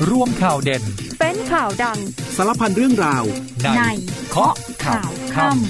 รวมข่าวเด่นเป็นข่าวดังสารพันเรื่องราวในเคาะข่าวค่ำ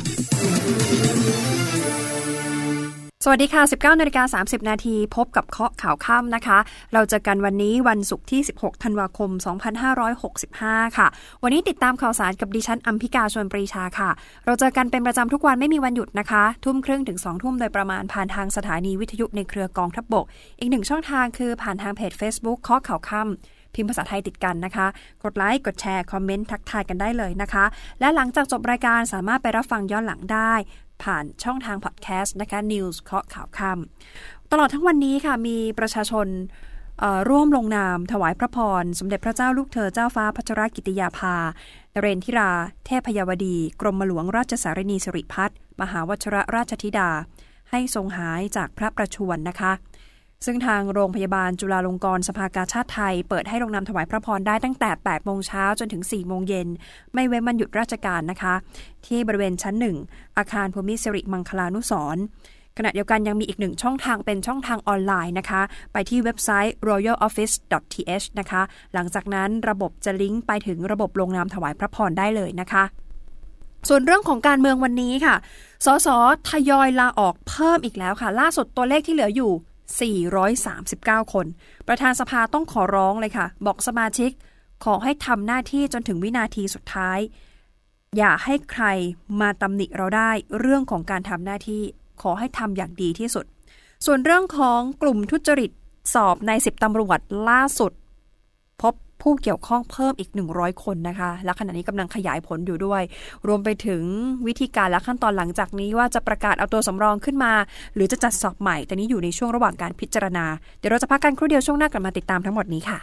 สวัสดีค่ะ 19:30 น.พบกับเคาะข่าวค่ำนะคะเราเจอกันวันนี้วันศุกร์ที่16ธันวาคม2565ค่ะวันนี้ติดตามข่าวสารกับดิฉันอัมพิกาชวนปรีชาค่ะเราเจอกันเป็นประจำทุกวันไม่มีวันหยุดนะคะทุ่มครึ่งถึง2ทุ่มโดยประมาณผ่านทางสถานีวิทยุในเครือกองทัพบกอีกหนึ่งช่องทางคือผ่านทางเพจ Facebook เคาะข่าวค่ำพิมพ์ภาษาไทยติดกันนะคะกดไลค์กดแชร์คอมเมนต์ทักทายกันได้เลยนะคะและหลังจากจบรายการสามารถไปรับฟังย้อนหลังได้ผ่านช่องทางพอดแคสต์นะคะ News เคาะข่าวค่ำตลอดทั้งวันนี้ค่ะมีประชาชนร่วมลงนามถวายพระพรสมเด็จพระเจ้าลูกเธอเจ้าฟ้าพัชรกิติยาภานเรนทิราเทพยวดีกรมหลวงราชสารินีสิริพัฒน์มหาวชรราชธิดาให้ทรงหายจากพระประชวรนะคะซึ่งทางโรงพยาบาลจุฬาลงกรณ์สภากาชาดไทยเปิดให้ลงนามถวายพระพรได้ตั้งแต่ 8 โมงเช้าจนถึง 4 โมงเย็นไม่เว้นวันหยุดราชการนะคะที่บริเวณชั้น 1 อาคารภูมิสิริมังคลานุสรณ์ขณะเดียวกันยังมีอีกหนึ่งช่องทางเป็นช่องทางออนไลน์นะคะไปที่เว็บไซต์ royaloffice.th นะคะหลังจากนั้นระบบจะลิงก์ไปถึงระบบลงนามถวายพระพรได้เลยนะคะส่วนเรื่องของการเมืองวันนี้ค่ะสสทยอยลาออกเพิ่มอีกแล้วค่ะล่าสุดตัวเลขที่เหลืออยู่439 คนประธานสภาต้องขอร้องเลยค่ะบอกสมาชิกขอให้ทำหน้าที่จนถึงวินาทีสุดท้ายอย่าให้ใครมาตำหนิเราได้เรื่องของการทำหน้าที่ขอให้ทำอย่างดีที่สุดส่วนเรื่องของกลุ่มทุจริตสอบใน10ตำรวจล่าสุดพบผู้เกี่ยวข้องเพิ่มอีก100คนนะคะและขณะนี้กำลังขยายผลอยู่ด้วยรวมไปถึงวิธีการและขั้นตอนหลังจากนี้ว่าจะประกาศเอาตัวสำรองขึ้นมาหรือจะจัดสอบใหม่แต่นี้อยู่ในช่วงระหว่างการพิจารณาเดี๋ยวเราจะพักกันครู่เดียวช่วงหน้ากลับมาติดตามทั้งหมดนี้ค่ะ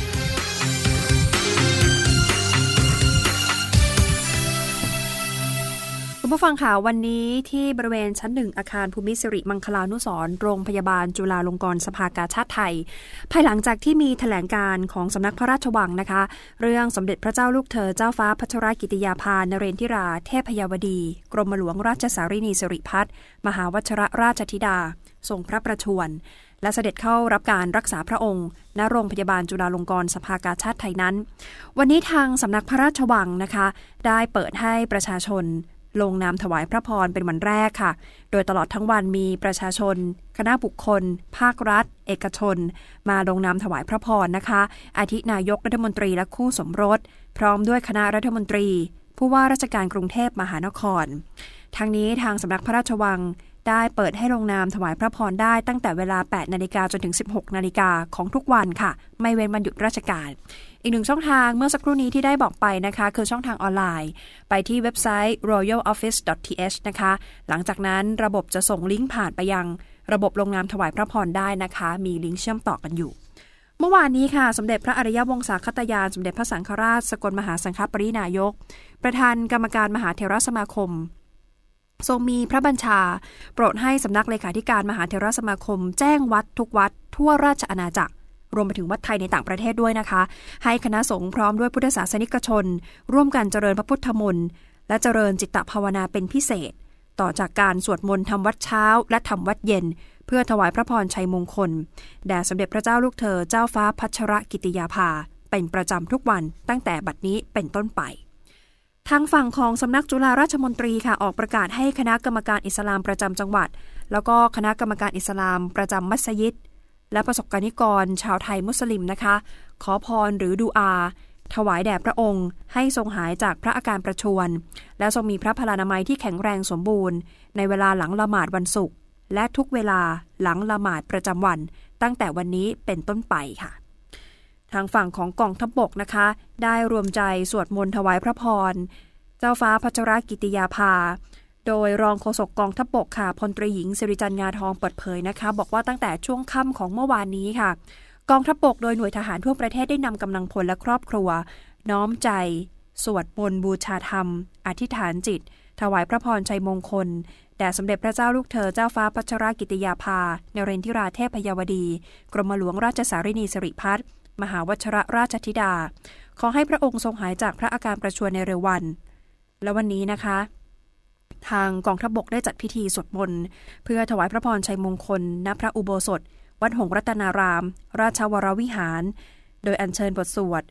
คุณผู้ฟังค่ะวันนี้ที่บริเวณชั้น 1 อาคารภูมิสิริมังคลานุสรณ์โรงพยาบาลจุฬาลงกรณ์สภากาชาดไทยภายหลังจากที่มีแถลงการณ์ของสำนักพระราชวังนะคะเรื่องสมเด็จพระเจ้าลูกเธอเจ้าฟ้าพัชรกิติยาภานเรนทิราเทพยวดีกรมหลวงราชสารินีสิริพัฒน์มหาวชรราชธิดาทรงพระประชวรและเสด็จเข้ารับการรักษาพระองค์ณโรงพยาบาลจุฬาลงกรณ์สภากาชาดไทยนั้นวันนี้ทางสำนักพระราชวังนะคะได้เปิดให้ประชาชนลงนามถวายพระพรเป็นวันแรกค่ะโดยตลอดทั้งวันมีประชาชนคณะบุคคลภาครัฐเอกชนมาลงนามถวายพระพรนะคะอาทินายกรัฐมนตรีและคู่สมรสพร้อมด้วยคณะรัฐมนตรีผู้ว่าราชการกรุงเทพมหานครทั้งนี้ทางสำนักพระราชวังได้เปิดให้ลงนามถวายพระพรได้ตั้งแต่เวลา 8 นาฬิกาจนถึง 16 นาฬิกาของทุกวันค่ะไม่เว้นวันหยุดราชการอีกหนึ่งช่องทางเมื่อสักครู่นี้ที่ได้บอกไปนะคะคือช่องทางออนไลน์ไปที่เว็บไซต์ royaloffice.th นะคะหลังจากนั้นระบบจะส่งลิงก์ผ่านไปยังระบบลงนามถวายพระพรได้นะคะมีลิงก์เชื่อมต่อกันอยู่เมื่อวานนี้ค่ะสมเด็จพระอริยวงศาคตยานสมเด็จพระสังฆราชสกลมหาสังฆปรินายกประธานกรรมการมหาเถรสมาคมทรงมีพระบัญชาโปรดให้สำนักเลขาธิการมหาเถรสมาคมแจ้งวัดทุกวัดทั่วราชอาณาจักรรวมไปถึงวัดไทยในต่างประเทศด้วยนะคะให้คณะสงฆ์พร้อมด้วยพุทธศาสนิกชนร่วมกันเจริญพระพุทธมนต์และเจริญจิตตภาวนาเป็นพิเศษต่อจากการสวดมนต์ทำวัดเช้าและทำวัดเย็นเพื่อถวายพระพรชัยมงคลแด่สมเด็จพระเจ้าลูกเธอเจ้าฟ้าพัชรกิติยาภาเป็นประจำทุกวันตั้งแต่บัดนี้เป็นต้นไปทางฝั่งของสำนักจุฬาราชมนตรีค่ะออกประกาศให้คณะกรรมการอิสลามประจำจังหวัดแล้วก็คณะกรรมการอิสลามประจำมัสยิดและประสบกนิกรชาวไทยมุสลิมนะคะขอพรหรือดูอาถวายแด่พระองค์ให้ทรงหายจากพระอาการประชวรและทรงมีพระพลานามัยที่แข็งแรงสมบูรณ์ในเวลาหลังละหมาดวันศุกร์และทุกเวลาหลังละหมาดประจำวันตั้งแต่วันนี้เป็นต้นไปค่ะทางฝั่งของกองทัพบกนะคะได้รวมใจสวดมนต์ถวายพระพรเจ้าฟ้าพัชรกิติยาภาโดยรองโฆษกกองทัพบกค่ะพลตรีหญิงสิริจันทร์งาทองเปิดเผยนะคะบอกว่าตั้งแต่ช่วงค่ำของเมื่อวานนี้ค่ะกองทัพบกโดยหน่วยทหารทั่วประเทศได้นำกำลังพลและครอบครัวน้อมใจสวดมนต์บูชาธรรมอธิษฐานจิตถวายพระพรชัยมงคลแด่สมเด็จพระเจ้าลูกเธอเจ้าฟ้าพัชรกิติยาภานเรนทิราเทพยวดีกรมหลวงราชสารินีสิริพัฒน์มหาวชรราชธิดาขอให้พระองค์ทรงหายจากพระอาการประชวรในเร็ววันและวันนี้นะคะทางกองทัพบกได้จัดพิธีสวดมนต์เพื่อถวายพระพรชัยมงคลณพระอุโบสถวัดหงส์รัตนารามราชวรวิหารโดยอัญเชิญบทสวด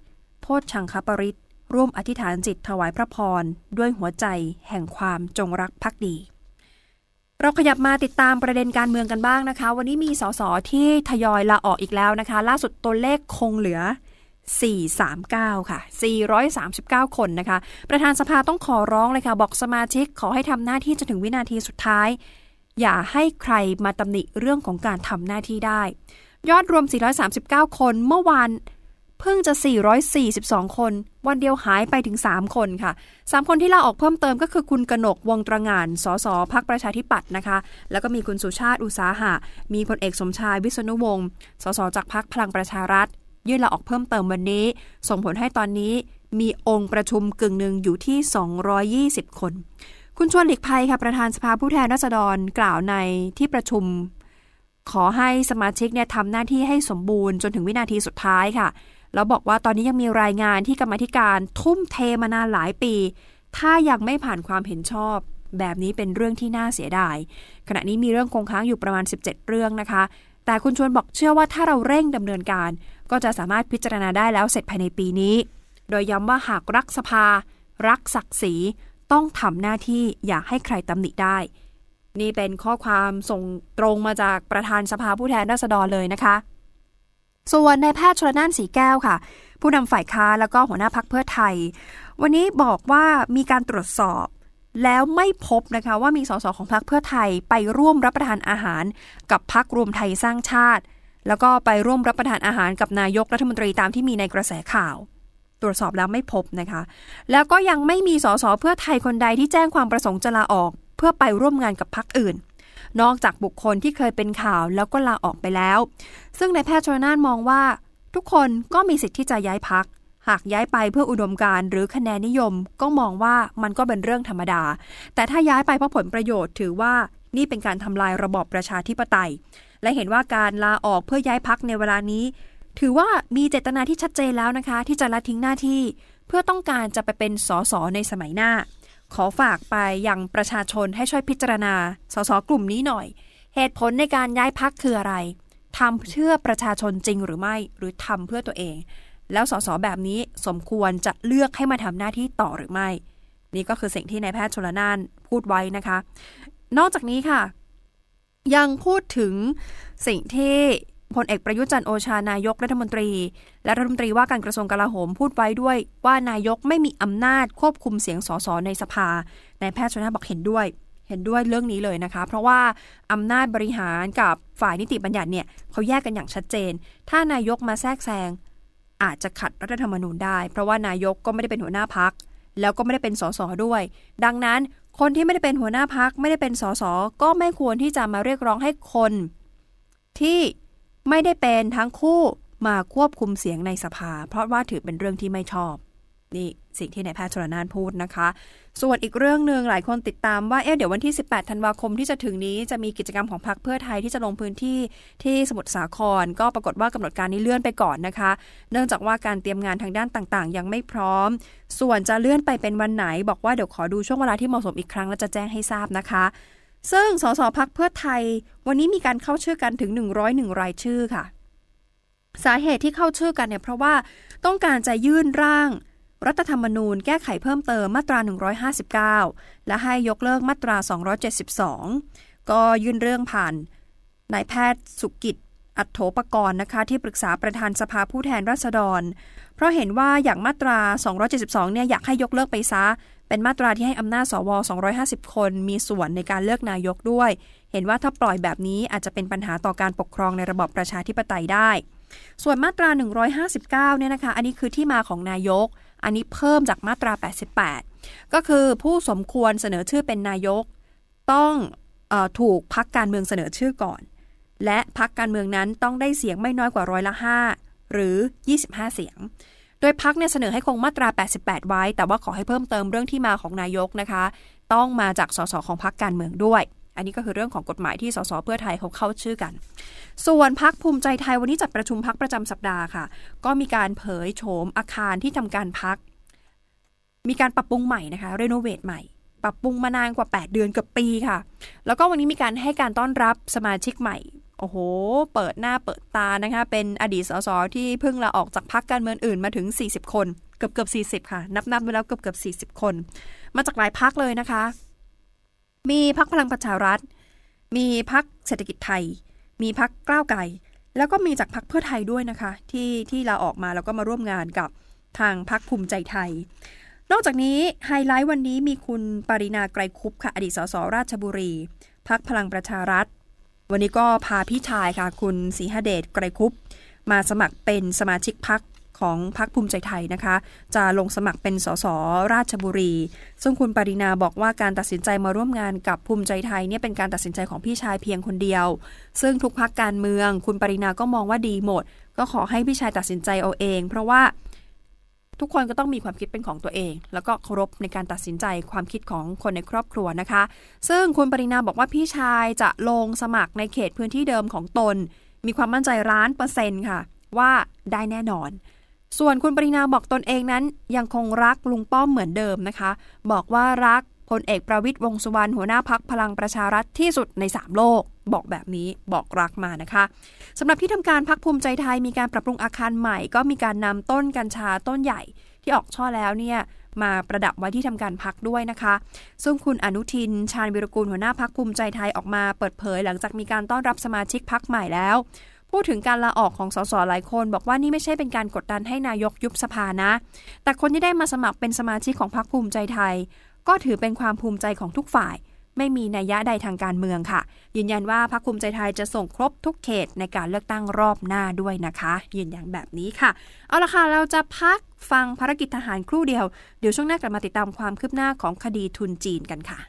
ชฌังคปริตร่วมอธิษฐานจิตถวายพระพรด้วยหัวใจแห่งความจงรักภักดีเราขยับมาติดตามประเด็นการเมืองกันบ้างนะคะวันนี้มีสสที่ทยอยลาออกอีกแล้วนะคะล่าสุดตัวเลขคงเหลือ439ค่ะ439คนนะคะประธานสภาต้องขอร้องเลยค่ะบอกสมาชิกขอให้ทำหน้าที่จนถึงวินาทีสุดท้ายอย่าให้ใครมาตำหนิเรื่องของการทำหน้าที่ได้ยอดรวม439คนเมื่อวานเพิ่งจะ442คนวันเดียวหายไปถึง3คนค่ะ3คนที่ลาออกเพิ่มเติมก็คือคุณกนกวงศ์ตระหง่านสสพรรคประชาธิปัตย์นะคะแล้วก็มีคุณสุชาติอุตสาหะมีพลเอกสมชายวิษณุวงศ์สสจากพรรคพลังประชารัฐยื่นลาออกเพิ่มเติมวันนี้ส่งผลให้ตอนนี้มีองค์ประชุมกึ่งหนึ่งอยู่ที่220คนคุณชวนหลีกภัยค่ะประธานสภาผู้แทนราษฎรกล่าวในที่ประชุมขอให้สมาชิกเนี่ยทำหน้าที่ให้สมบูรณ์จนถึงวินาทีสุดท้ายค่ะแล้วบอกว่าตอนนี้ยังมีรายงานที่กรรมาธิการทุ่มเทมานานหลายปีถ้ายังไม่ผ่านความเห็นชอบแบบนี้เป็นเรื่องที่น่าเสียดายขณะนี้มีเรื่องคงค้างอยู่ประมาณ17เรื่องนะคะแต่คุณชวนบอกเชื่อว่าถ้าเราเร่งดำเนินการก็จะสามารถพิจารณาได้แล้วเสร็จภายในปีนี้โดยย้ำว่าหากรักสภารักศักดิ์ศรีต้องทำหน้าที่อย่าให้ใครตำหนิได้นี่เป็นข้อความส่งตรงมาจากประธานสภาผู้แทนราษฎรเลยนะคะส่วนนายแพทย์ชลน่านสีแก้วค่ะผู้นำฝ่ายค้านแล้วก็หัวหน้าพรรคเพื่อไทยวันนี้บอกว่ามีการตรวจสอบแล้วไม่พบนะคะว่ามีสสของพรรคเพื่อไทยไปร่วมรับประทานอาหารกับพรรครวมไทยสร้างชาติแล้วก็ไปร่วมรับประทานอาหารกับนายกรัฐมนตรีตามที่มีในกระแสข่าวตรวจสอบแล้วไม่พบนะคะแล้วก็ยังไม่มีสสเพื่อไทยคนใดที่แจ้งความประสงค์จะลาออกเพื่อไปร่วมงานกับพรรคอื่นนอกจากบุคคลที่เคยเป็นข่าวแล้วก็ลาออกไปแล้วซึ่งนายแพทย์ชลน่านมองว่าทุกคนก็มีสิทธิ์ที่จะย้ายพรรคหากย้ายไปเพื่ออุดมการณ์หรือคะแนนนิยมก็มองว่ามันก็เป็นเรื่องธรรมดาแต่ถ้าย้ายไปเพราะผลประโยชน์ถือว่านี่เป็นการทำลายระบอบประชาธิปไตยและเห็นว่าการลาออกเพื่อย้ายพรรคในเวลานี้ถือว่ามีเจตนาที่ชัดเจนแล้วนะคะที่จะละทิ้งหน้าที่เพื่อต้องการจะไปเป็นสสในสมัยหน้าขอฝากไปยังประชาชนให้ช่วยพิจารณาสสกลุ่มนี้หน่อยเหตุผลในการย้ายพรรคคืออะไรทำเพื่อประชาชนจริงหรือไม่หรือทำเพื่อตัวเองแล้วสสแบบนี้สมควรจะเลือกให้มาทำหน้าที่ต่อหรือไม่นี่ก็คือสิ่งที่นายแพทย์ชลน่านพูดไว้นะคะนอกจากนี้ค่ะยังพูดถึงสิ่งที่พลเอกประยุทธ์จันทร์โอชานายกรัฐมนตรีและรัฐมนตรีว่าการกระทรวงกลาโหมพูดไว้ด้วยว่านายกไม่มีอำนาจควบคุมเสียงสสในสภานายแพทย์ชลน่านบอกเห็นด้วยเรื่องนี้เลยนะคะเพราะว่าอำนาจบริหารกับฝ่ายนิติบัญญัติเนี่ยเขาแยกกันอย่างชัดเจนถ้านายกมาแทรกแซงอาจจะขัดรัฐธรรมนูญได้เพราะว่านายกก็ไม่ได้เป็นหัวหน้าพรรคแล้วก็ไม่ได้เป็นสสด้วยดังนั้นคนที่ไม่ได้เป็นหัวหน้าพรรคไม่ได้เป็นสสก็ไม่ควรที่จะมาเรียกร้องให้คนที่ไม่ได้เป็นทั้งคู่มาควบคุมเสียงในสภาเพราะว่าถือเป็นเรื่องที่ไม่ชอบนี่สิ่งที่นายแพทย์ชลน่านพูดนะคะส่วนอีกเรื่องนึงหลายคนติดตามว่าเดี๋ยววันที่18ธันวาคมที่จะถึงนี้จะมีกิจกรรมของพรรคเพื่อไทยที่จะลงพื้นที่ที่สมุทรสาครก็ปรากฏว่ากำหนดการนี้เลื่อนไปก่อนนะคะเนื่องจากว่าการเตรียมงานทางด้านต่างๆยังไม่พร้อมส่วนจะเลื่อนไปเป็นวันไหนบอกว่าเดี๋ยวขอดูช่วงเวลาที่เหมาะสมอีกครั้งแล้วจะแจ้งให้ทราบนะคะซึ่งสสพรรคเพื่อไทยวันนี้มีการเข้าชื่อกันถึง101รายชื่อค่ะสาเหตุที่เข้าชื่อกันเนี่ยเพราะว่าต้องการจะยื่นร่างรัฐธรรมนูญแก้ไขเพิ่มเติมมาตรา159และให้ยกเลิกมาตรา272ก็ยื่นเรื่องผ่านนายแพทย์สุกิจอัฏโฐปกรณ์นะคะที่ปรึกษาประธานสภาผู้แทนราษฎรเพราะเห็นว่าอย่างมาตรา272เนี่ยอยากให้ยกเลิกไปซะเป็นมาตราที่ให้อำนาจสว250คนมีส่วนในการเลือกนายกด้วยเห็นว่าถ้าปล่อยแบบนี้อาจจะเป็นปัญหาต่อการปกครองในระบอบประชาธิปไตยได้ส่วนมาตรา159เนี่ยนะคะอันนี้คือที่มาของนายกอันนี้เพิ่มจากมาตรา88ก็คือผู้สมควรเสนอชื่อเป็นนายกต้องถูกพรรคการเมืองเสนอชื่อก่อนและพรรคการเมืองนั้นต้องได้เสียงไม่น้อยกว่า5%หรือ25เสียงโดยพรรคเนี่ยเสนอให้คงมาตรา88ไว้แต่ว่าขอให้เพิ่มเติมเรื่องที่มาของนายกนะคะต้องมาจากสสของพรรคการเมืองด้วยอันนี้ก็คือเรื่องของกฎหมายที่สสเพื่อไทยเขาเข้าชื่อกันส่วนพรรคภูมิใจไทยวันนี้จัดประชุมพรรคประจำสัปดาห์ค่ะก็มีการเผยโฉมอาคารที่ทำการพรรคมีการปรับปรุงใหม่นะคะรีโนเวทใหม่ปรับปรุงมานานกว่า8เดือนเกือบปีค่ะแล้วก็วันนี้มีการให้การต้อนรับสมาชิกใหม่โอ้โหเปิดหน้าเปิดตานะคะเป็นอดีตสสที่เพิ่งลาออกจากพรรคการเมืองอื่นมาถึง40คนเกือบ40ค่ะนับไปแล้วเกือบ40คนมาจากหลายพรรคเลยนะคะมีพรรคพลังประชารัฐมีพรรคเศรษฐกิจไทยมีพรรคก้าวไกลแล้วก็มีจากพรรคเพื่อไทยด้วยนะคะที่ลาออกมาแล้วก็มาร่วมงานกับทางพรรคภูมิใจไทยนอกจากนี้ไฮไลท์วันนี้มีคุณปริณาไกรคุปค่ะอดีตสสราชบุรีพรรคพลังประชารัฐวันนี้ก็พาพี่ชายค่ะคุณศรีหเดชไกรคุปมาสมัครเป็นสมาชิกพรรคของพรรคภูมิใจไทยนะคะจะลงสมัครเป็นสสราชบุรีซึ่งคุณปริณาบอกว่าการตัดสินใจมาร่วมงานกับภูมิใจไทยเนี่ยเป็นการตัดสินใจของพี่ชายเพียงคนเดียวซึ่งทุกพรรคการเมืองคุณปริณาก็มองว่าดีหมดก็ขอให้พี่ชายตัดสินใจเอาเองเพราะว่าทุกคนก็ต้องมีความคิดเป็นของตัวเองแล้วก็เคารพในการตัดสินใจความคิดของคนในครอบครัวนะคะซึ่งคุณปริณาบอกว่าพี่ชายจะลงสมัครในเขตพื้นที่เดิมของตนมีความมั่นใจ100%ค่ะว่าได้แน่นอนส่วนคุณปริณาบอกตนเองนั้นยังคงรักลุงป้อมเหมือนเดิมนะคะบอกว่ารักพลเอกประวิตรวงษ์สุวรรณหัวหน้าพรรคพลังประชารัฐที่สุดใน3โลกบอกแบบนี้บอกรักมานะคะสำหรับที่ทำการพรรคภูมิใจไทยมีการปรับปรุงอาคารใหม่ก็มีการนำต้นกัญชาต้นใหญ่ที่ออกช่อแล้วเนี่ยมาประดับไว้ที่ทำการพรรคด้วยนะคะซึ่งคุณอนุทินชาญวิรกูลหัวหน้าพรรคภูมิใจไทยออกมาเปิดเผยหลังจากมีการต้อนรับสมาชิกพรรคใหม่แล้วพูดถึงการลาออกของสสหลายคนบอกว่านี่ไม่ใช่เป็นการกดดันให้นายกยุบสภานะแต่คนที่ได้มาสมัครเป็นสมาชิกของพรรคภูมิใจไทยก็ถือเป็นความภูมิใจของทุกฝ่ายไม่มีนัยยะใดทางการเมืองค่ะยืนยันว่าพรรคภูมิใจไทยจะส่งครบทุกเขตในการเลือกตั้งรอบหน้าด้วยนะคะยืนยันแบบนี้ค่ะเอาละค่ะเราจะพักฟังภารกิจทหารครู่เดียวเดี๋ยวช่วงหน้ากลับมาติดตามความคืบหน้าของคดีทุนจีนกันค่ะ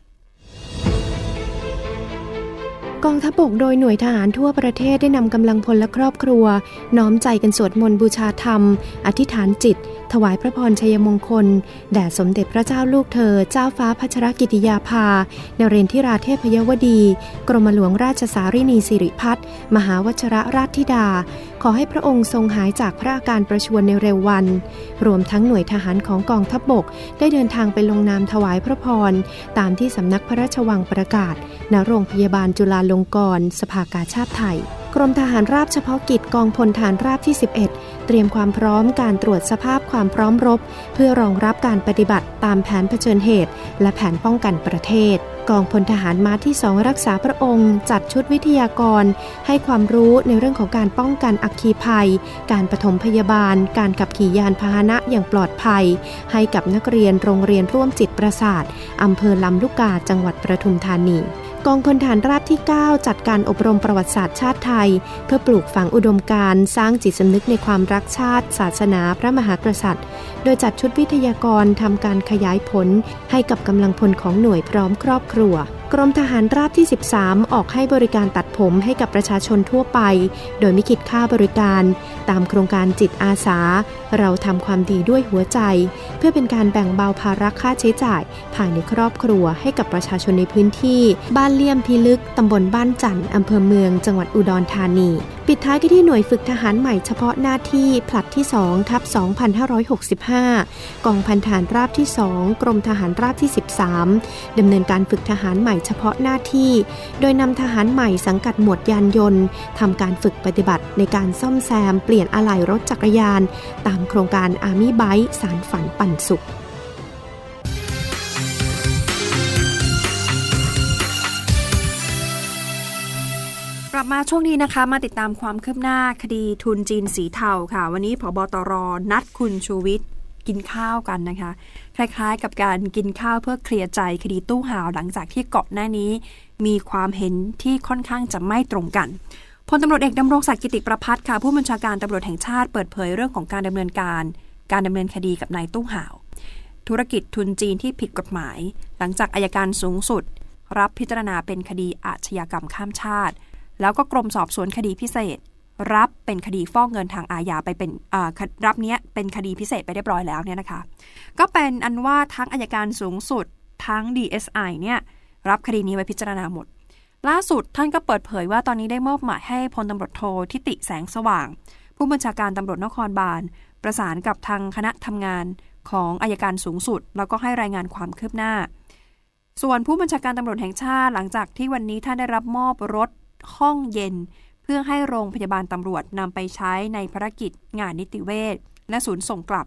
กองทัพบกโดยหน่วยทหารทั่วประเทศได้นำกำลังพลและครอบครัวน้อมใจกันสวดมนต์บูชาธรรมอธิษฐานจิตถวายพระพรชัยมงคลแด่สมเด็จพระเจ้าลูกเธอเจ้าฟ้าพัชรกิติยาภานเรนทิราเทพยวดีกรมหลวงราชสารินีสิริพัฒน์มหาวชิรราชธิดาขอให้พระองค์ทรงหายจากพระอาการประชวรในเร็ววันรวมทั้งหน่วยทหารของกองทัพบกได้เดินทางไปลงนามถวายพระพรตามที่สำนักพระราชวังประกาศณโรงพยาบาลจุฬาลงกรณ์สภากาชาดไทยกรมทหารราบเฉพาะกิจกองพลทหารราบที่11เตรียมความพร้อมการตรวจสภาพความพร้อมรบเพื่อรองรับการปฏิบัติตามแผนเผชิญเหตุและแผนป้องกันประเทศกองพลทหารม้าที่2รักษาพระองค์จัดชุดวิทยากรให้ความรู้ในเรื่องของการป้องกันอัคคีภัยการปฐมพยาบาลการขับขี่ยานพาหนะอย่างปลอดภัยให้กับนักเรียนโรงเรียนร่วมจิตประสาทอำเภอลำลูกกาจังหวัดปทุมธานีกองพลทหารราบที่9จัดการอบรมประวัติศาสตร์ชาติไทยเพื่อปลูกฝังอุดมการณ์สร้างจิตสำนึกในความรักชาติศาสนาพระมหากษัตริย์โดยจัดชุดวิทยากรทำการขยายผลให้กับกำลังพลของหน่วยพร้อมครอบครัวกรมทหารราบที่13ออกให้บริการตัดผมให้กับประชาชนทั่วไปโดยไม่คิดค่าบริการตามโครงการจิตอาสาเราทำความดีด้วยหัวใจเพื่อเป็นการแบ่งเบาภาระค่าใช้จ่ายภายในครอบครัวให้กับประชาชนในพื้นที่บ้านเลี่ยมพิลึกตำบลบ้านจันทร์อำเภอเมืองจังหวัดอุดรธานีปิดท้ายกันที่หน่วยฝึกทหารใหม่เฉพาะหน้าที่ผลัดที่2/2565กองพันทหารราบที่2กรมทหารราบที่13ดำเนินการฝึกทหารใหม่เฉพาะหน้าที่โดยนำทหารใหม่สังกัดหมวดยานยนต์ทำการฝึกปฏิบัติในการซ่อมแซมเปลี่ยนอะไหล่รถจักรยานตามโครงการ Army Bike สานฝันปันสุขกลับมาช่วงนี้นะคะมาติดตามความคืบหน้าคดีทุนจีนสีเทาค่ะวันนี้ผบ.ตร.นัดคุณชูวิทย์กินข้าวกันนะคะคล้ายๆกับการกินข้าวเพื่อเคลียร์ใจคดีตู้ห่าวหลังจากที่ก่อนหน้านี้มีความเห็นที่ค่อนข้างจะไม่ตรงกันพลตำรวจเอกดำรงศักดิ์กิติประภัสค่ะผู้บัญชาการตำรวจแห่งชาติเปิดเผยเรื่องของการดำเนินคดีกับนายตู้ห่าวธุรกิจทุนจีนที่ผิดกฎหมายหลังจากอัยการสูงสุดรับพิจารณาเป็นคดีอาชญากรรมข้ามชาติแล้วก็กรมสอบสวนคดีพิเศษรับเป็นคดีฟอกเงินทางอาญาไปเป็นรับเนี้ยเป็นคดีพิเศษไปเรียบร้อยแล้วเนี่ยนะคะก็เป็นอันว่าทั้งอัยการสูงสุดทั้ง DSI เนี่ยรับคดีนี้ไว้พิจารณาหมดล่าสุดท่านก็เปิดเผยว่าตอนนี้ได้มอบหมายให้พลตำรวจโททิติแสงสว่างผู้บัญชาการตำรวจนครบาลประสานกับทางคณะทำงานของอัยการสูงสุดแล้วก็ให้รายงานความคืบหน้าส่วนผู้บัญชาการตำรวจแห่งชาติหลังจากที่วันนี้ท่านได้รับมอบรถห้องเย็นเพื่อให้โรงพยาบาลตำรวจนำไปใช้ในภารกิจงานนิติเวชและศูนย์ส่งกลับ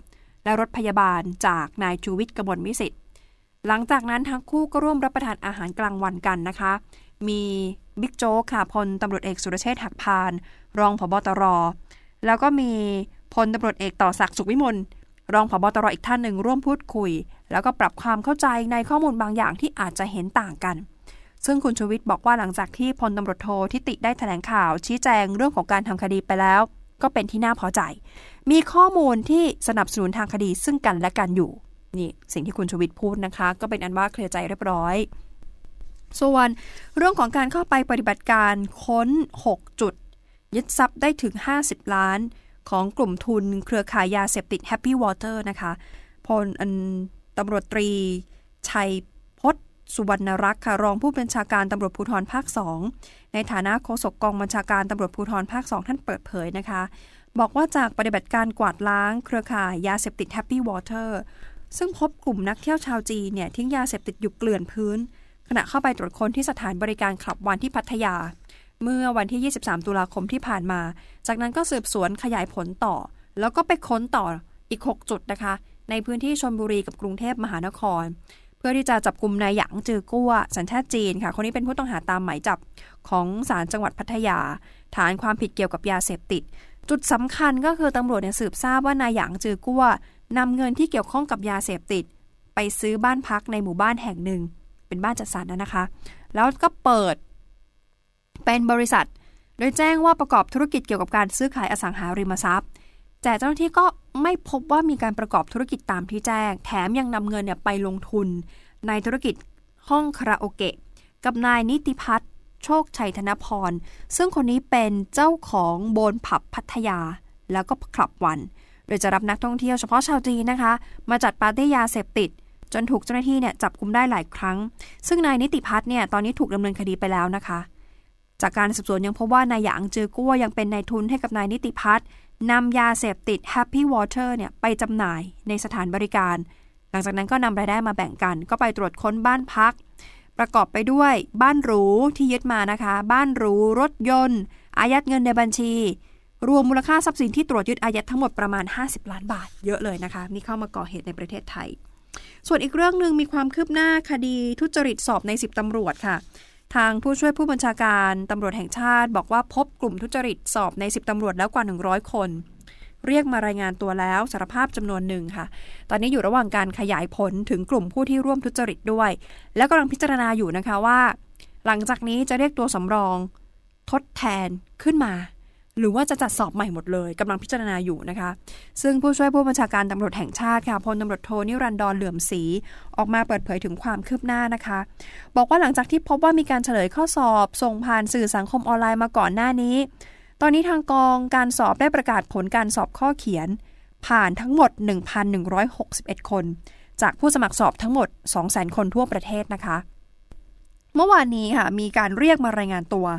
และรถพยาบาลจากนายชูวิทย์กมลวิสิทธิ์หลังจากนั้นทั้งคู่ก็ร่วมรับประทานอาหารกลางวันกันนะคะมีบิ๊กโจ๊กค่ะพลตำรวจเอกสุรเชษฐ์หักพานรองผบ.ตร.แล้วก็มีพลตำรวจเอกต่อศักดิ์สุขวิมลรองผบ.ตร.อีกท่านหนึ่งร่วมพูดคุยแล้วก็ปรับความเข้าใจในข้อมูลบางอย่างที่อาจจะเห็นต่างกันซึ่งคุณชูวิทย์บอกว่าหลังจากที่พลตำรวจโททิติได้แถลงข่าวชี้แจงเรื่องของการทำคดีไปแล้วก็เป็นที่น่าพอใจมีข้อมูลที่สนับสนุนทางคดีซึ่งกันและกันอยู่นี่สิ่งที่คุณชูวิทย์พูดนะคะก็เป็นอันว่าเคลียร์ใจเรียบร้อยส่วนเรื่องของการเข้าไปปฏิบัติการค้น6จุดยึดทรัพย์ได้ถึง50ล้านของกลุ่มทุนเครือข่ายยาเสพติด Happy Water นะคะพลตำรวจตรีชัยพจน์สุวรรณรักษ์ค่ะรองผู้บัญชาการตำรวจภูธรภาค2ในฐานะโฆษกกองบัญชาการตำรวจภูธรภาค2ท่านเปิดเผยนะคะบอกว่าจากปฏิบัติการกวาดล้างเครือข่ายยาเสพติด Happy Water ซึ่งพบกลุ่มนักเที่ยวชาวจีนเนี่ยทิ้งยาเสพติดอยู่เกลื่อนพื้นขณะเข้าไปตรวจค้นที่สถานบริการคลับวันที่พัทยาเมื่อวันที่23ตุลาคมที่ผ่านมาจากนั้นก็สืบสวนขยายผลต่อแล้วก็ไปค้นต่ออีก6จุดนะคะในพื้นที่ชลบุรีกับกรุงเทพมหานครเพื่อที่จะจับกุมนายหยางจือกั้วสัญชาติจีนค่ะคนนี้เป็นผู้ต้องหาตามหมายจับของศาลจังหวัดพัทยาฐานความผิดเกี่ยวกับยาเสพติดจุดสำคัญก็คือตำรวจเนี่ยสืบทราบว่านายหยางจือกั้วนำเงินที่เกี่ยวข้องกับยาเสพติดไปซื้อบ้านพักในหมู่บ้านแห่งหนึ่งเป็นบ้านจัดสรรนะคะแล้วก็เปิดเป็นบริษัทโดยแจ้งว่าประกอบธุรกิจเกี่ยวกับการซื้อขายอสังหาริมทรัพย์แต่เจ้าหน้าที่ก็ไม่พบว่ามีการประกอบธุรกิจตามที่แจ้งแถมยังนำเงินเนี่ยไปลงทุนในธุรกิจห้องคาราโอเกะกับนายนิติพัฒน์โชคชัยธนพรซึ่งคนนี้เป็นเจ้าของโบนผับพัทยาแล้วก็คลับวันโดยจะรับนักท่องเที่ยวเฉพาะชาวจีนนะคะมาจัดปาร์ตี้ยาเสพติดจนถูกเจ้าหน้าที่เนี่ยจับกุมได้หลายครั้งซึ่งนายนิติพัฒน์เนี่ยตอนนี้ถูกดำเนินคดีไปแล้วนะคะจากการสืบสวนยังพบว่านายหยางจือกั้วยังเป็นนายทุนให้กับนายนิติพัฒน์นำยาเสพติด Happy Water เนี่ยไปจำหน่ายในสถานบริการหลังจากนั้นก็นำรายได้มาแบ่งกันก็ไปตรวจค้นบ้านพักประกอบไปด้วยบ้านหรูที่ยึดมานะคะบ้านหรูรถยนต์อายัดเงินในบัญชีรวมมูลค่าทรัพย์สินที่ตรวจยึดอายัดทั้งหมดประมาณ50ล้านบาทเยอะเลยนะคะนี่เข้ามาก่อเหตุในประเทศไทยส่วนอีกเรื่องนึงมีความคืบหน้าคดีทุจริตสอบใน10ตำรวจค่ะทางผู้ช่วยผู้บัญชาการตำรวจแห่งชาติบอกว่าพบกลุ่มทุจริตสอบใน10ตำรวจแล้วกว่า100คนเรียกมารายงานตัวแล้วสารภาพจำนวนหนึ่งค่ะตอนนี้อยู่ระหว่างการขยายผลถึงกลุ่มผู้ที่ร่วมทุจริตด้วยแล้วกำลังพิจารณาอยู่นะคะว่าหลังจากนี้จะเรียกตัวสำรองทดแทนขึ้นมาหรือว่าจะจัดสอบใหม่หมดเลยกำลังพิจารณาอยู่นะคะซึ่งผู้ช่วยผู้บัญชาการตำรวจแห่งชาติค่ะพลตำรวจโทนิรันดรเหลื่อมศรีออกมาเปิดเผยถึงความคืบหน้านะคะบอกว่าหลังจากที่พบว่ามีการเฉลยข้อสอบส่งผ่านสื่อสังคมออนไลน์มาก่อนหน้านี้ตอนนี้ทางกองการสอบได้ประกาศผลการสอบข้อเขียนผ่านทั้งหมด 1,161 คนจากผู้สมัครสอบทั้งหมด 200,000 คนทั่วประเทศนะคะเมื่อวานนี้ค่ะมีการเรียกมารายงานตัว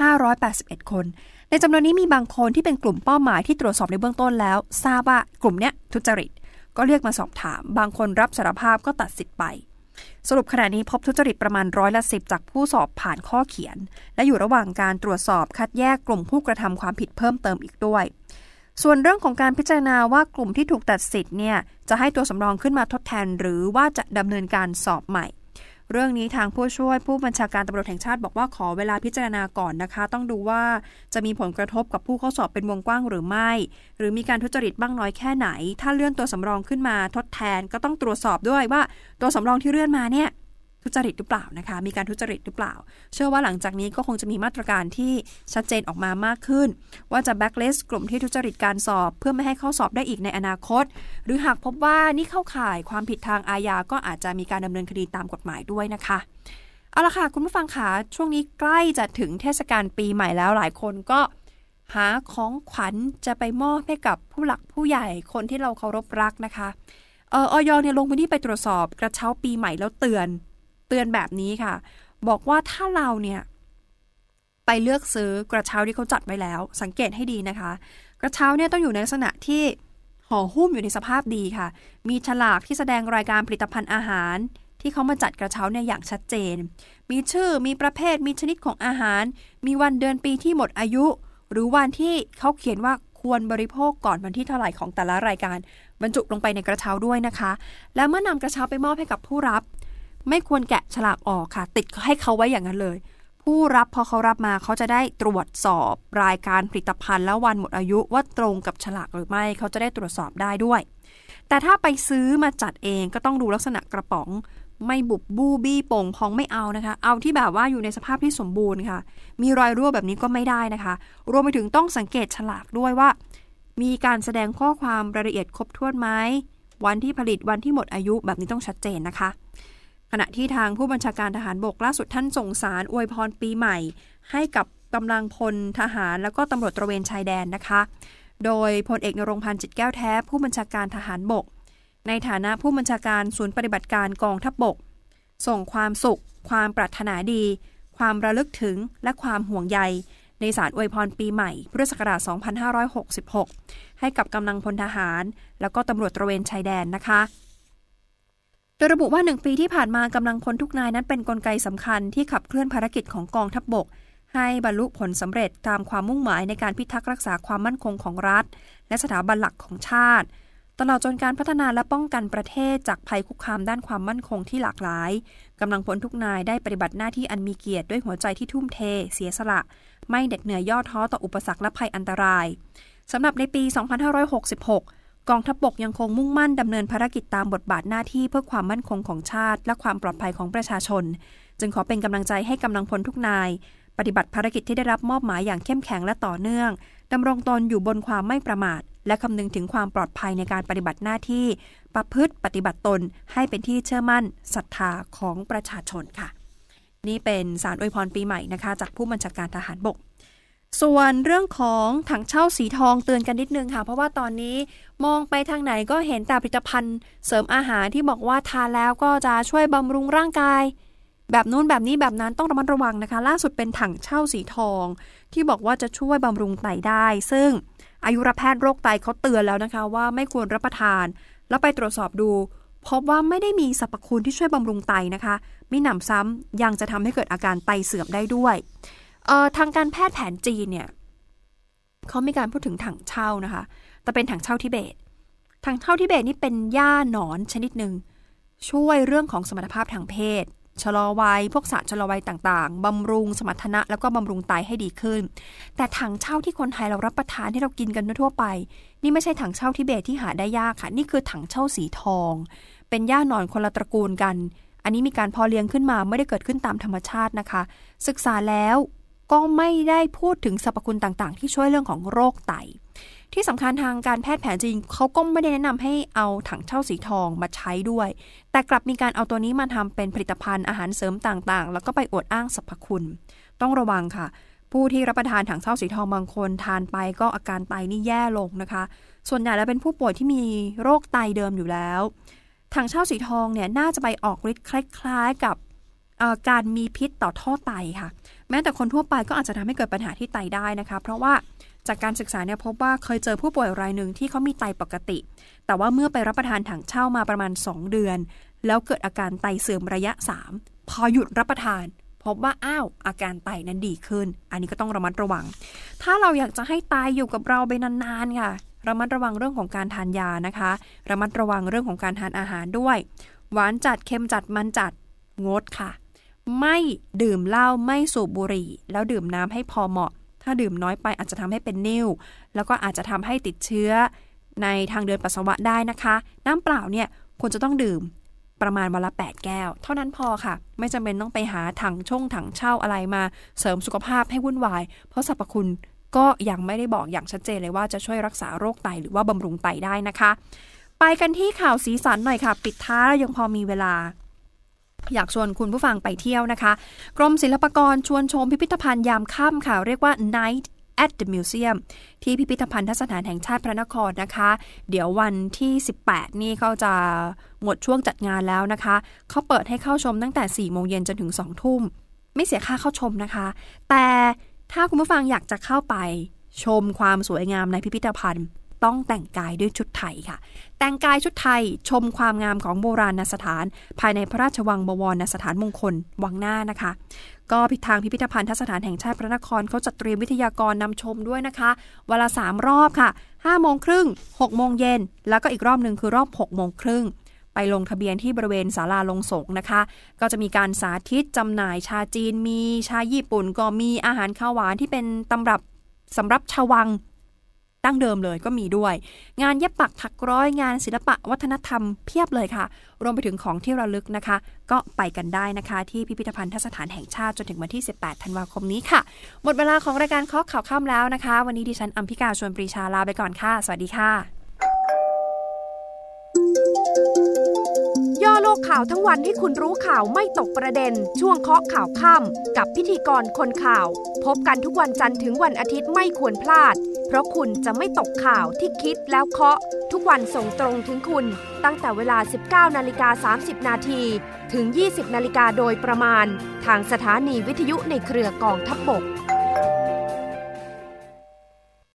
581คนในจำนวนนี้มีบางคนที่เป็นกลุ่มเป้าหมายที่ตรวจสอบในเบื้องต้นแล้วทราบว่ากลุ่มเนี้ยทุจริตก็เรียกมาสอบถามบางคนรับสารภาพก็ตัดสิทธิ์ไปสรุปขณะนี้พบทุจริตประมาณ10%จากผู้สอบผ่านข้อเขียนและอยู่ระหว่างการตรวจสอบคัดแยกกลุ่มผู้กระทำความผิดเพิ่มเติมอีกด้วยส่วนเรื่องของการพิจารณาว่ากลุ่มที่ถูกตัดสิทธิ์เนี่ยจะให้ตัวสำรองขึ้นมาทดแทนหรือว่าจะดำเนินการสอบใหม่เรื่องนี้ทางผู้ช่วยผู้บัญชาการตำรวจแห่งชาติบอกว่าขอเวลาพิจารณาก่อนนะคะต้องดูว่าจะมีผลกระทบกับผู้เข้าสอบเป็นวงกว้างหรือไม่หรือมีการทุจริตบ้างน้อยแค่ไหนถ้าเลื่อนตัวสำรองขึ้นมาทดแทนก็ต้องตรวจสอบด้วยว่าตัวสำรองที่เลื่อนมาเนี่ยทุจริตหรือเปล่านะคะมีการทุจริตหรือเปล่าเชื่อว่าหลังจากนี้ก็คงจะมีมาตรการที่ชัดเจนออกมามากขึ้นว่าจะแบล็คลิสต์กลุ่มที่ทุจริตการสอบเพื่อไม่ให้เข้าสอบได้อีกในอนาคตหรือหากพบว่านี่เข้าข่ายความผิดทางอาญาก็อาจจะมีการดำเนินคดีตามกฎหมายด้วยนะคะเอาล่ะค่ะคุณผู้ฟังคะช่วงนี้ใกล้จะถึงเทศกาลปีใหม่แล้วหลายคนก็หาของขวัญจะไปมอบให้กับผู้หลักผู้ใหญ่คนที่เราเคารพรักนะคะอย.เนี่ยลงพื้นที่ไปตรวจสอบกระเช้าปีใหม่แล้วเตือนแบบนี้ค่ะบอกว่าถ้าเราเนี่ยไปเลือกซื้อกระเช้าที่เขาจัดไว้แล้วสังเกตให้ดีนะคะกระเช้าเนี่ยต้องอยู่ในลักษณะที่ห่อหุ้มอยู่ในสภาพดีค่ะมีฉลากที่แสดงรายการผลิตภัณฑ์อาหารที่เขามาจัดกระเช้าเนี่ยอย่างชัดเจนมีชื่อมีประเภทมีชนิดของอาหารมีวันเดือนปีที่หมดอายุหรือวันที่เขาเขียนว่าควรบริโภคก่อนวันที่เท่าไหร่ของแต่ละรายการบรรจุลงไปในกระเช้าด้วยนะคะและเมื่อนำกระเช้าไปมอบให้กับผู้รับไม่ควรแกะฉลากออกค่ะติดให้เขาไว้อย่างนั้นเลยผู้รับพอเขารับมาเขาจะได้ตรวจสอบรายการผลิตภัณฑ์และวันหมดอายุว่าตรงกับฉลากหรือไม่เขาจะได้ตรวจสอบได้ด้วยแต่ถ้าไปซื้อมาจัดเองก็ต้องดูลักษณะกระป๋องไม่บุบบู้บี้โป่งพองไม่เอานะคะเอาที่แบบว่าอยู่ในสภาพที่สมบูรณ์ค่ะมีรอยรั่วแบบนี้ก็ไม่ได้นะคะรวมไปถึงต้องสังเกตฉลากด้วยว่ามีการแสดงข้อความรายละเอียดครบถ้วนไหมวันที่ผลิตวันที่หมดอายุแบบนี้ต้องชัดเจนนะคะขณะที่ทางผู้บัญชาการทหารบกล่าสุดท่านส่งสารอวยพรปีใหม่ให้กับกำลังพลทหารแล้วก็ตำรวจตระเวนชายแดนนะคะโดยพลเอกนรงค์พันธ์จิตแก้วแท้ผู้บัญชาการทหารบกในฐานะผู้บัญชาการศูนย์ปฏิบัติการกองทัพบกส่งความสุขความปรารถนาดีความระลึกถึงและความห่วงใยในสารอวยพรปีใหม่พุทธศักราช 2566 ให้กับกำลังพลทหารแล้วก็ตำรวจตระเวนชายแดนนะคะโดยระบุว่า1ปีที่ผ่านมากำลังพลทุกนายนั้นเป็นกลไกสำคัญที่ขับเคลื่อนภารกิจของกองทัพบกให้บรรลุผลสำเร็จตามความมุ่งหมายในการพิทักษ์รักษาความมั่นคงของรัฐและสถาบันหลักของชาติตลอดจนการพัฒนาและป้องกันประเทศจากภัยคุกคามด้านความมั่นคงที่หลากหลายกำลังพลทุกนายได้ปฏิบัติหน้าที่อันมีเกียรติด้วยหัวใจที่ทุ่มเทเสียสละไม่เด็ดเหนื่อยย่อท้อต่ออุปสรรคและภัยอันตรายสำหรับในปี 2566 กองทัพบกยังคงมุ่งมั่นดำเนินภารกิจตามบทบาทหน้าที่เพื่อความมั่นคงของชาติและความปลอดภัยของประชาชนจึงขอเป็นกำลังใจให้กำลังพลทุกนายปฏิบัติภารกิจที่ได้รับมอบหมายอย่างเข้มแข็งและต่อเนื่องดำรงตนอยู่บนความไม่ประมาทและคำนึงถึงความปลอดภัยในการปฏิบัติหน้าที่ประพฤติปฏิบัติตนให้เป็นที่เชื่อมั่นศรัทธาของประชาชนค่ะนี่เป็นสารอวยพรปีใหม่นะคะจากผู้บัญชาการทหารบกส่วนเรื่องของถังเช่าสีทองเตือนกันนิดนึงค่ะเพราะว่าตอนนี้มองไปทางไหนก็เห็นแต่ผลิตภัณฑ์เสริมอาหารที่บอกว่าทานแล้วก็จะช่วยบำรุงร่างกายแบบนู้นแบบนี้แบบนั้นต้องระมัดระวังนะคะล่าสุดเป็นถังเช่าสีทองที่บอกว่าจะช่วยบำรุงไตได้ซึ่งอายุรแพทย์โรคไตเขาเตือนแล้วนะคะว่าไม่ควรรับประทานแล้วไปตรวจสอบดูพบว่าไม่ได้มีสรรพคุณที่ช่วยบำรุงไตนะคะมิหนำซ้ำยังจะทำให้เกิดอาการไตเสื่อมได้ด้วยทางการแพทย์แผนจีนเนี่ยเขามีการพูดถึงถังเช่านะคะแต่เป็นถังเช่าทิเบตถังเช่าทิเบตนี่เป็นหญ้าหนอนชนิดหนึ่งช่วยเรื่องของสมรรถภาพทางเพศชะลอวัยพวกสารชะลอวัยต่างๆบำรุงสมรรถนะแล้วก็บำรุงไตให้ดีขึ้นแต่ถังเช่าที่คนไทยเรารับประทานที่เรากินกันทั่วไปนี่ไม่ใช่ถังเช่าทิเบตที่หาได้ยากค่ะนี่คือถังเช่าสีทองเป็นหญ้าหนอนคนละตระกูลกันอันนี้มีการเพาะเลี้ยงขึ้นมาไม่ได้เกิดขึ้นตามธรรมชาตินะคะศึกษาแล้วก็ไม่ได้พูดถึงสรรพคุณต่างๆที่ช่วยเรื่องของโรคไตที่สำคัญทางการแพทย์แผนจีนเขาก็ไม่ได้แนะนำให้เอาถังเช่าสีทองมาใช้ด้วยแต่กลับมีการเอาตัวนี้มาทำเป็นผลิตภัณฑ์อาหารเสริมต่างๆแล้วก็ไปอวดอ้างสรรพคุณต้องระวังค่ะผู้ที่รับประทานถังเช่าสีทองบางคนทานไปก็อาการไตนี่แย่ลงนะคะส่วนใหญ่แล้วเป็นผู้ป่วยที่มีโรคไตเดิมอยู่แล้วถังเช่าสีทองเนี่ยน่าจะไปออกฤทธิ์คล้ายๆกับการมีพิษต่อท่อไตค่ะแม้แต่คนทั่วไปก็อาจจะทำให้เกิดปัญหาที่ไตได้นะคะเพราะว่าจากการศึกษาเนี่ยพบว่าเคยเจอผู้ป่วยรายหนึ่งที่เขามีไตปกติแต่ว่าเมื่อไปรับประทานถังเช่ามาประมาณ2 เดือนแล้วเกิดอาการไตเสื่อมระยะ3พอหยุดรับประทานพบว่าอาการไตนั้นดีขึ้นอันนี้ก็ต้องระมัดระวังถ้าเราอยากจะให้ไตอยู่กับเราไปนานๆค่ะระมัดระวังเรื่องของการทานยานะคะระมัดระวังเรื่องของการทานอาหารด้วยหวานจัดเค็มจัดมันจัดงดค่ะไม่ดื่มเหล้าไม่สูบบุหรี่แล้วดื่มน้ำให้พอเหมาะถ้าดื่มน้อยไปอาจจะทำให้เป็นนิ่วแล้วก็อาจจะทำให้ติดเชื้อในทางเดินปัสสาวะได้นะคะน้ำเปล่าเนี่ยควรจะต้องดื่มประมาณวันละ8 แก้วเท่านั้นพอค่ะไม่จำเป็นต้องไปหาถังเช่าอะไรมาเสริมสุขภาพให้วุ่นวายเพราะสรรพคุณก็ยังไม่ได้บอกอย่างชัดเจนเลยว่าจะช่วยรักษาโรคไตหรือว่าบำรุงไตได้นะคะไปกันที่ข่าวสีสันหน่อยค่ะปิดท้ายยังพอมีเวลาอยากชวนคุณผู้ฟังไปเที่ยวนะคะกรมศิลปากรชวนชมพิพิธภัณฑ์ยามค่ำค่ะเรียกว่า Night at the Museum ที่พิพิธภัณฑสถานแห่งชาติพระนครนะคะเดี๋ยววันที่18นี่เขาจะหมดช่วงจัดงานแล้วนะคะเขาเปิดให้เข้าชมตั้งแต่ 4 โมงเย็นจนถึง 2 ทุ่มไม่เสียค่าเข้าชมนะคะแต่ถ้าคุณผู้ฟังอยากจะเข้าไปชมความสวยงามในพิพิธภัณฑ์ต้องแต่งกายด้วยชุดไทยค่ะแต่งกายชุดไทยชมความงามของโบราณสถานภายในพระราชวังบวรสถานมงคลวังหน้านะคะก็ทางพิพิธภัณฑสถานแห่งชาติพระนครเขาจัดเตรียมวิทยากรนำชมด้วยนะคะเวลา3รอบค่ะ5 โมงครึ่ง6 โมงเย็นแล้วก็อีกรอบนึงคือรอบ6 โมงครึ่งไปลงทะเบียนที่บริเวณศาลาลงศกนะคะก็จะมีการสาธิตจำหน่ายชาจีนมีชาญี่ปุ่นก็มีอาหารข้าวหวานที่เป็นตำรับสำหรับชาววังดั้งเดิมเลยก็มีด้วยงานเย็บปักถักร้อยงานศิลปะวัฒนธรรมเพียบเลยค่ะรวมไปถึงของที่ระลึกนะคะก็ไปกันได้นะคะที่พิพิธภัณฑสถานแห่งชาติจนถึงวันที่18 ธันวาคมนี้ค่ะหมดเวลาของรายการเคาะข่าวค่ำแล้วนะคะวันนี้ดิฉันอัมพิกาชวนปรีชาลาไปก่อนค่ะสวัสดีค่ะย่อโลกข่าวทั้งวันให้คุณรู้ข่าวไม่ตกประเด็นช่วงเคาะข่าวค่ำกับพิธีกรคนข่าวพบกันทุกวันจันทร์ถึงวันอาทิตย์ไม่ควรพลาดเพราะคุณจะไม่ตกข่าวที่คิดแล้วเคาะทุกวันส่งตรงถึงคุณตั้งแต่เวลา 19:30 นาทีถึง 20 นาฬิกาโดยประมาณทางสถานีวิทยุในเครือกองทัพบก